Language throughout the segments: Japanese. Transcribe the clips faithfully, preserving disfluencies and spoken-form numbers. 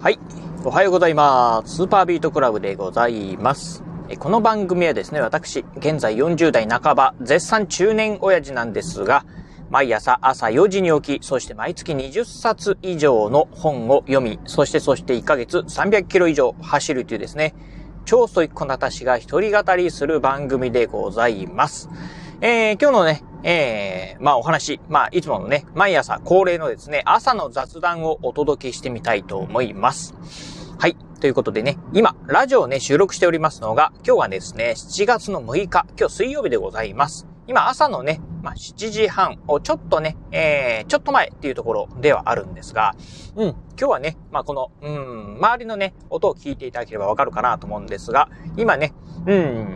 はい。おはようございます。スーパービートクラブでございます。この番組はですね、私、現在よんじゅう代半ば、絶賛中年親父なんですが、毎朝朝よじに起き、そして毎月にじゅっさつ以上の本を読み、そしてそしていっかげつさんびゃくキロ以上走るというですね、超ストイックな私が一人語りする番組でございます。えー、今日のね、えー、まあお話、まあいつものね、毎朝恒例のですね、朝の雑談をお届けしてみたいと思います。はい。ということでね、今、ラジオをね、収録しておりますのが、今日はですね、しちがつのむいか、今日水曜日でございます。今、朝のね、まあしちじはんをちょっとね、えー、ちょっと前っていうところではあるんですが、うん、今日はね、まあこの、うん、周りのね、音を聞いていただければわかるかなと思うんですが、今ね、うん、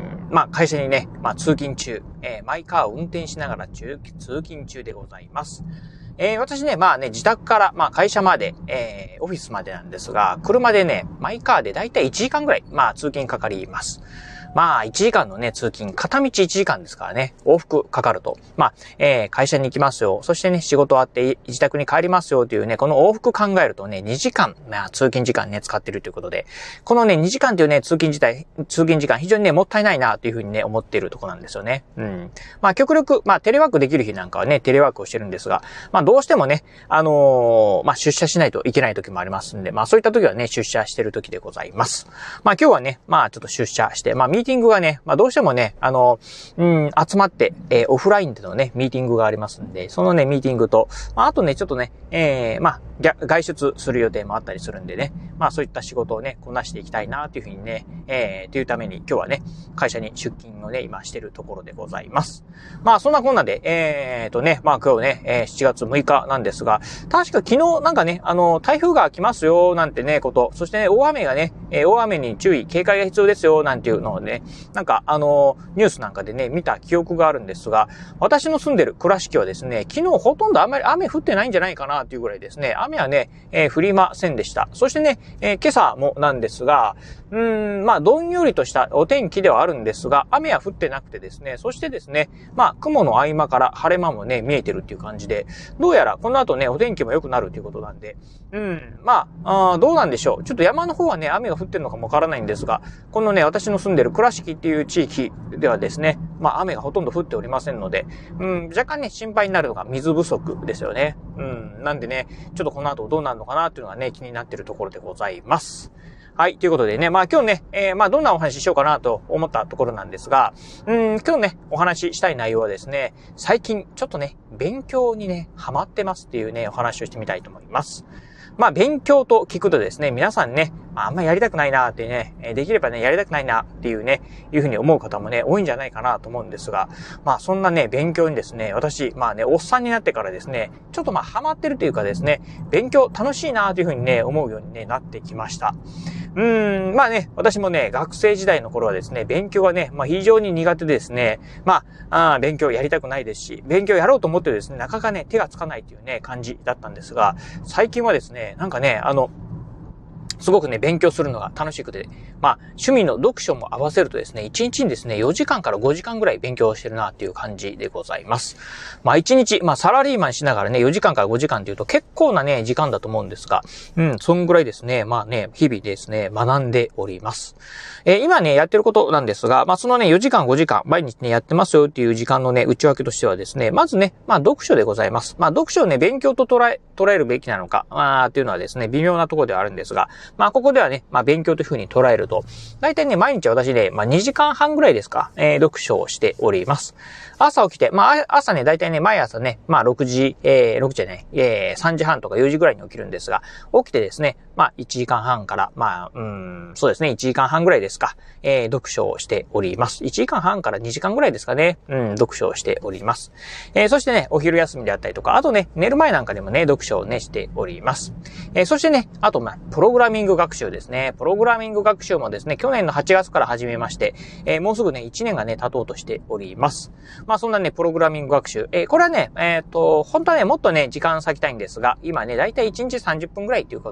まあ会社にね、まあ通勤中、えー、マイカーを運転しながら中通勤中でございます。えー、私ね、まあね、自宅から、まあ会社まで、えー、オフィスまでなんですが、車でね、マイカーでだいたいいちじかんぐらい、まあ通勤かかります。まあいちじかんのね、通勤、片道いちじかんですからね、往復かかると。まあ、えー、会社に行きますよ。そしてね、仕事終わって自宅に帰りますよというね、この往復考えるとね、にじかん、まあ通勤時間ね、使ってるということで、このね、にじかんというね、通勤時代、通勤時間非常にね、もったいないなというふうにね、思っているところなんですよね。うん。まあ極力、まあテレワークできる日なんかはね、テレワークをしてるんですが、まあどうしてもね、あのー、まあ出社しないといけない時もありますんで、まあそういった時はね、出社してる時でございます。まあ今日はね、まあちょっと出社して、まあミーティングがね、まあどうしてもね、あの、うん、集まって、えー、オフラインでのね、ミーティングがありますんで、そのね、ミーティングと、まああとね、ちょっとね、えー、まあ、外出する予定もあったりするんでね、まあそういった仕事をね、こなしていきたいなというふうにね、えー、というために今日はね、会社に出勤をね、今してるところでございます。まあそんなこんなで、えーとね、まあ今日ね、えー、しちがつむいかなんですが、確か昨日なんかね、あの、台風が来ますよ、なんてね、こと、そしてね、大雨がね、えー、大雨に注意、警戒が必要ですよ、なんていうのをね、なんか、あの、ニュースなんかでね、見た記憶があるんですが、私の住んでる倉敷はですね、昨日ほとんどあんまり雨降ってないんじゃないかなっていうぐらいですね、雨はね、えー、降りませんでした。そしてね、えー、今朝もなんですが、うーん、まあ、どんよりとしたお天気ではあるんですが、雨は降ってなくてですね、そしてですね、まあ、雲の合間から晴れ間もね、見えてるっていう感じで、どうやらこの後ね、お天気も良くなるということなんで、うん、まあ、あどうなんでしょう。ちょっと山の方はね、雨が降ってるのかもわからないんですが、このね、私の住んでる倉敷っていう地域ではですね、まあ、雨がほとんど降っておりませんので、うん、若干ね、心配になるのが水不足ですよね。うん、なんでね、ちょっとこの後どうなるのかなっていうのがね、気になってるところでございます。はい、ということでね、まあ今日ね、えー、まあどんなお話ししようかなと思ったところなんですが、うん、今日ね、お話ししたい内容はですね、最近ちょっとね、勉強にね、ハマってますっていうね、お話をしてみたいと思います。まあ勉強と聞くとですね、皆さんね、あんまりやりたくないなってね、できればね、やりたくないなっていうね、いうふうに思う方もね、多いんじゃないかなと思うんですが、まあそんなね、勉強にですね、私、まあね、おっさんになってからですね、ちょっとまあハマってるというかですね、勉強楽しいなというふうにね、思うように、ね、なってきました。うーん、まあね、私もね、学生時代の頃はですね、勉強はね、まあ非常に苦手でですね、まあ、あ勉強やりたくないですし、勉強やろうと思ってですね、なかなかね、手がつかないというね、感じだったんですが、最近はですね、なんかね、あの、すごくね、勉強するのが楽しくて、まあ、趣味の読書も合わせるとですね、いちにちにですね、よじかんからごじかんぐらい勉強してるなっていう感じでございます。まあ、いちにち、まあ、サラリーマンしながらね、よじかんからごじかんっていうと結構なね、時間だと思うんですが、うん、そんぐらいですね、まあね、日々ですね、学んでおります。えー、今ね、やってることなんですが、まあ、そのね、よじかんごじかん、毎日ね、やってますよっていう時間のね、内訳としてはですね、まずね、まあ、読書でございます。まあ、読書をね、勉強と捉え、捉えるべきなのか、まあ、っていうのはですね、微妙なところではあるんですが、まあ、ここではね、まあ、勉強というふうに捉えると、だいたいね、毎日私ね、まあ、にじかんはんぐらいですか、えー、読書をしております。朝起きて、まあ、朝ね、だいたいね、毎朝ね、まあ、ろくじ、えー、ろくじじゃない、えー、さんじはんとかよじぐらいに起きるんですが、起きてですね、まあ、いちじかんはんから、まあ、うーん、そうですね、いちじかんはんぐらいですか、えー、読書をしております。いちじかんはんからにじかんぐらいですかね、うん、読書をしております。えー、そしてね、お昼休みであったりとか、あとね、寝る前なんかでもね、読書をね、しております。えー、そしてね、あと、まあ、プログラミング学習ですね。プログラミング学習もですね、去年のはちがつから始めまして、えー、もうすぐね、いちねんがね、経とうとしております。まあ、そんなね、プログラミング学習。えー、これはね、えっと、本当はね、もっとね、時間割きたいんですが、今ね、だいたいいちにちさんじゅっぷんぐらいっていうこと、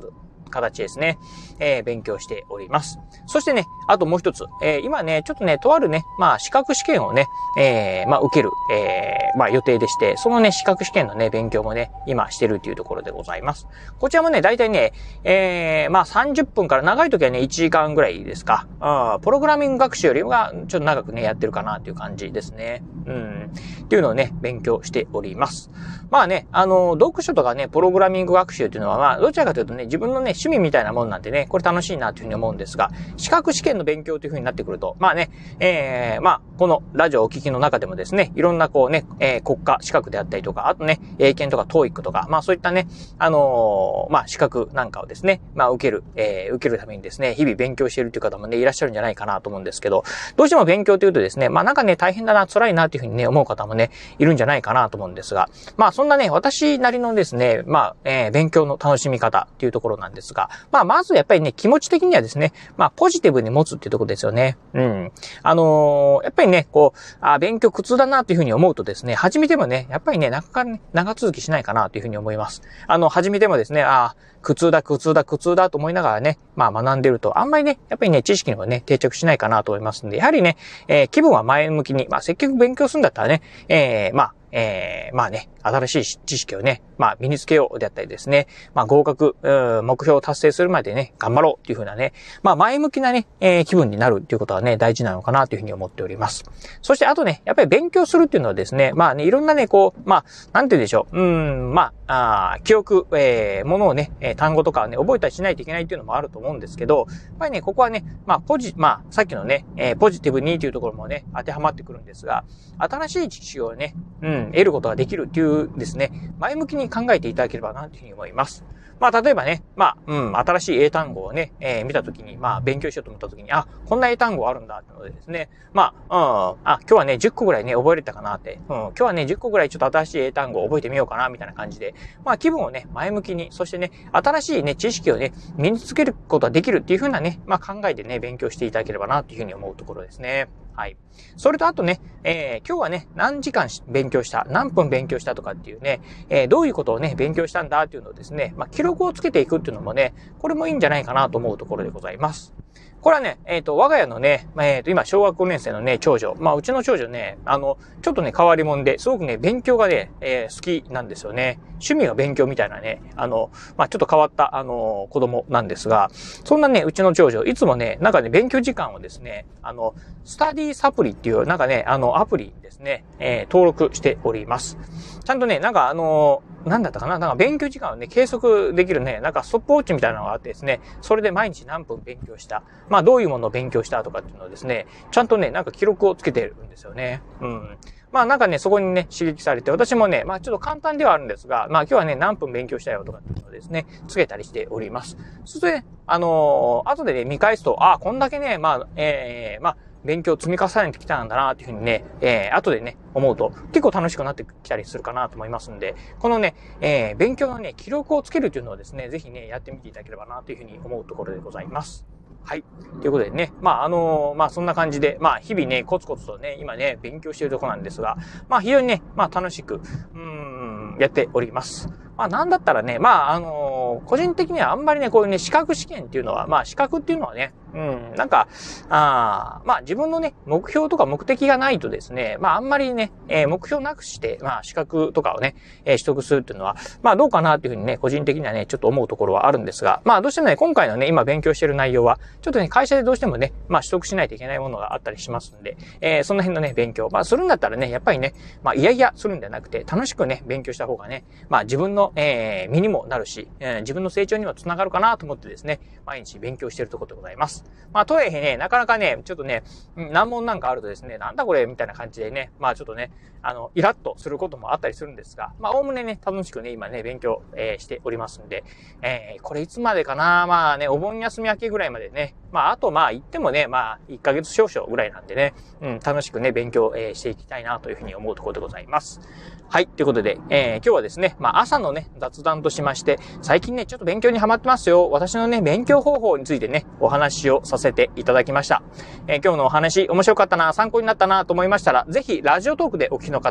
形ですね、えー、勉強しております。そしてね、あともう一つ、えー、今ね、ちょっとね、とあるね、まあ、資格試験をね、えー、まあ、受ける、えー、まあ、予定でして、そのね、資格試験のね、勉強もね、今してるっていうところでございます。こちらもね、だいたいね、えー、まあ、さんじゅっぷんから長い時はね、いちじかんぐらいですか。うん、プログラミング学習よりは、ちょっと長くね、やってるかなっていう感じですね。うん。っていうのをね、勉強しております。まあね、あの、読書とかね、プログラミング学習っていうのは、まあ、どちらかというとね、自分のね、趣味みたいなもんなんでね、これ楽しいなというふうに思うんですが、資格試験の勉強というふうになってくると、まあね、えー、まあ、このラジオをお聞きの中でもですね、いろんなこうね、えー、国家資格であったりとか、あとね、英検とか トーイック とか、まあそういったね、あのー、まあ資格なんかをですね、まあ受ける、えー、受けるためにですね、日々勉強しているという方もね、いらっしゃるんじゃないかなと思うんですけど、どうしても勉強というとですね、まあなんかね、大変だな、辛いなというふうにね、思う方もね、いるんじゃないかなと思うんですが、まあそんなね、私なりのですね、まあ、えー、勉強の楽しみ方っていうところなんですが、まあまずやっぱりね、気持ち的にはですね、まあポジティブに持つっていうところですよね。うん。あのー、やっぱりね、こう、あ、勉強苦痛だなというふうに思うとですね、始めてもね、やっぱりね、なかなかね、長続きしないかなというふうに思います。あの、始めてもですね、あ、苦痛だ、苦痛だ、苦痛だと思いながらね、まあ学んでると、あんまりね、やっぱりね、知識にもね、定着しないかなと思いますんで、やはりね、えー、気分は前向きに、まあ積極勉強するんだったらね、えー、まあ、えー、まあね、新しい知識をね、まあ身につけようであったりですね、まあ合格、目標を達成するまでね、頑張ろうっていう風なね、まあ前向きなね、えー、気分になるっていうことはね、大事なのかなというふうに思っております。そしてあとね、やっぱり勉強するっていうのはですね、まあね、いろんなね、こう、まあ、なんて言うんでしょう、うーん、まあ、あ記憶、えー、ものをね、単語とかをね、覚えたりしないといけないっていうのもあると思うんですけど、やっぱりね、ここはね、まあ、ポジ、まあ、さっきのね、えー、ポジティブにというところもね、当てはまってくるんですが、新しい知識をね、うん、得ることができるっていうですね、前向きに考えていただければなというふうに思います。まあ、例えばね、まあ、うん、新しい英単語をね、えー、見たときに、まあ、勉強しようと思ったときに、あ、こんな英単語あるんだってのでですね、まあ、うん、あ、今日はね、じゅっこぐらいね、覚えれたかなって、うん、今日はね、じゅっこぐらいちょっと新しい英単語を覚えてみようかな、みたいな感じで、まあ、気分をね、前向きに、そしてね、新しいね、知識をね、身につけることができるっていうふうなね、まあ、考えでね、勉強していただければな、というふうに思うところですね。はい。それとあとね、えー、今日はね、何時間勉強した、何分勉強したとかっていうね、えー、どういうことをね、勉強したんだっていうのをですね、まあ、記録をつけていくっていうのもね、これもいいんじゃないかなと思うところでございます。これはね、えっと、我が家のね、えっと、今、小学ごねん生のね、長女。まあ、うちの長女ね、あの、ちょっとね、変わり者で、すごくね、勉強がね、えー、好きなんですよね。趣味が勉強みたいなね、あの、まあ、ちょっと変わった、あの、子供なんですが、そんなね、うちの長女、いつもね、なんかね、勉強時間をですね、あの、スタディサプリっていう、なんかね、あの、アプリですね、えー、登録しております。ちゃんとね、なんかあの、なんだったかななんか勉強時間をね、計測できるね、なんかストップウォッチみたいなのがあってですね、それで毎日何分勉強した。まあどういうものを勉強したとかっていうのをですね、ちゃんとね、なんか記録をつけてるんですよね。うん。まあなんかね、そこにね、刺激されて、私もね、まあちょっと簡単ではあるんですが、まあ今日はね、何分勉強したよとかっていうのをですね、つけたりしております。そして、あのー、後でね、見返すと、ああ、こんだけね、まあ、ええー、まあ、勉強を積み重ねてきたんだなっていうふうにね、えー、後でね、思うと結構楽しくなってきたりするかなと思いますんで、このね、えー、勉強のね、記録をつけるというのをですね、ぜひね、やってみていただければなというふうに思うところでございます。はい。ということでね、まあ、あのー、まあ、そんな感じで、まあ、日々ね、コツコツとね、今ね、勉強しているところなんですが、まあ、非常にね、まあ、楽しく、うーん、やっております。まあ、なんだったらね、まあ、あのー、個人的にはあんまりね、こういうね、資格試験っていうのは、まあ、資格っていうのはね、うん、なんか、あまあ自分のね、目標とか目的がないとですね、まああんまりね、えー、目標なくして、まあ資格とかをね、えー、取得するっていうのは、まあどうかなっていうふうにね、個人的にはね、ちょっと思うところはあるんですが、まあどうしてもね、今回のね、今勉強している内容は、ちょっとね、会社でどうしてもね、まあ取得しないといけないものがあったりしますんで、えー、その辺のね、勉強、まあするんだったらね、やっぱりね、まあいやいやするんじゃなくて、楽しくね、勉強した方がね、まあ自分の、えー、身にもなるし、えー、自分の成長にもつながるかなと思ってですね、毎日勉強しているところでございます。まあとはいえね、なかなかね、ちょっとね、難問なんかあるとですね、なんだこれみたいな感じでね、まあちょっとね、あの、イラッとすることもあったりするんですが、まあ、おおむねね、楽しくね、今ね、勉強、えー、しておりますんで、えー、これいつまでかな、まあね、お盆休み明けぐらいまでね、まあ、あとまあ、言ってもね、まあ、いっかげつ少々ぐらいなんでね、うん、楽しくね、勉強、えー、していきたいなというふうに思うところでございます。はい、ということで、えー、今日はですね、まあ、朝のね、雑談としまして、最近ね、ちょっと勉強にハマってますよ。私のね、勉強方法についてね、お話をさせていただきました。えー、今日のお話、面白かったな、参考になったなと思いましたら、ぜひ、ラジオトークでお聞きの方、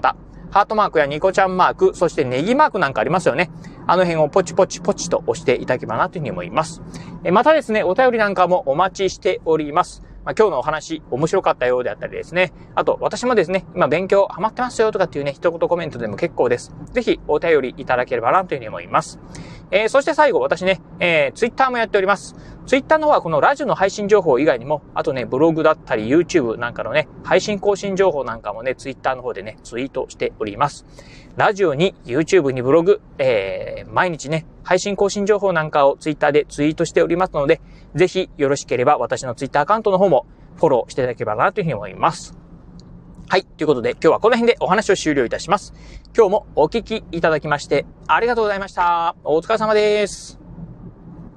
ハートマークやニコちゃんマーク、そしてネギマークなんかありますよね。あの辺をポチポチポチと押していただければなというふうに思います。えまたですね、お便りなんかもお待ちしております。まあ、今日のお話面白かったようであったりですね。あと私もですね、今勉強ハマってますよとかっていうね、一言コメントでも結構です。ぜひお便りいただければなというふうに思います。えー、そして最後私ね、えー、ツイッターもやっております。ツイッターの方はこのラジオの配信情報以外にも、あとね、ブログだったり YouTube なんかのね、配信更新情報なんかもね、ツイッターの方でね、ツイートしております。ラジオに YouTube にブログ、えー、毎日ね、配信更新情報なんかをツイッターでツイートしておりますので、ぜひよろしければ私のツイッターアカウントの方もフォローしていただければなというふうに思います。はい。ということで今日はこの辺でお話を終了いたします。今日もお聞きいただきましてありがとうございました。お疲れ様です。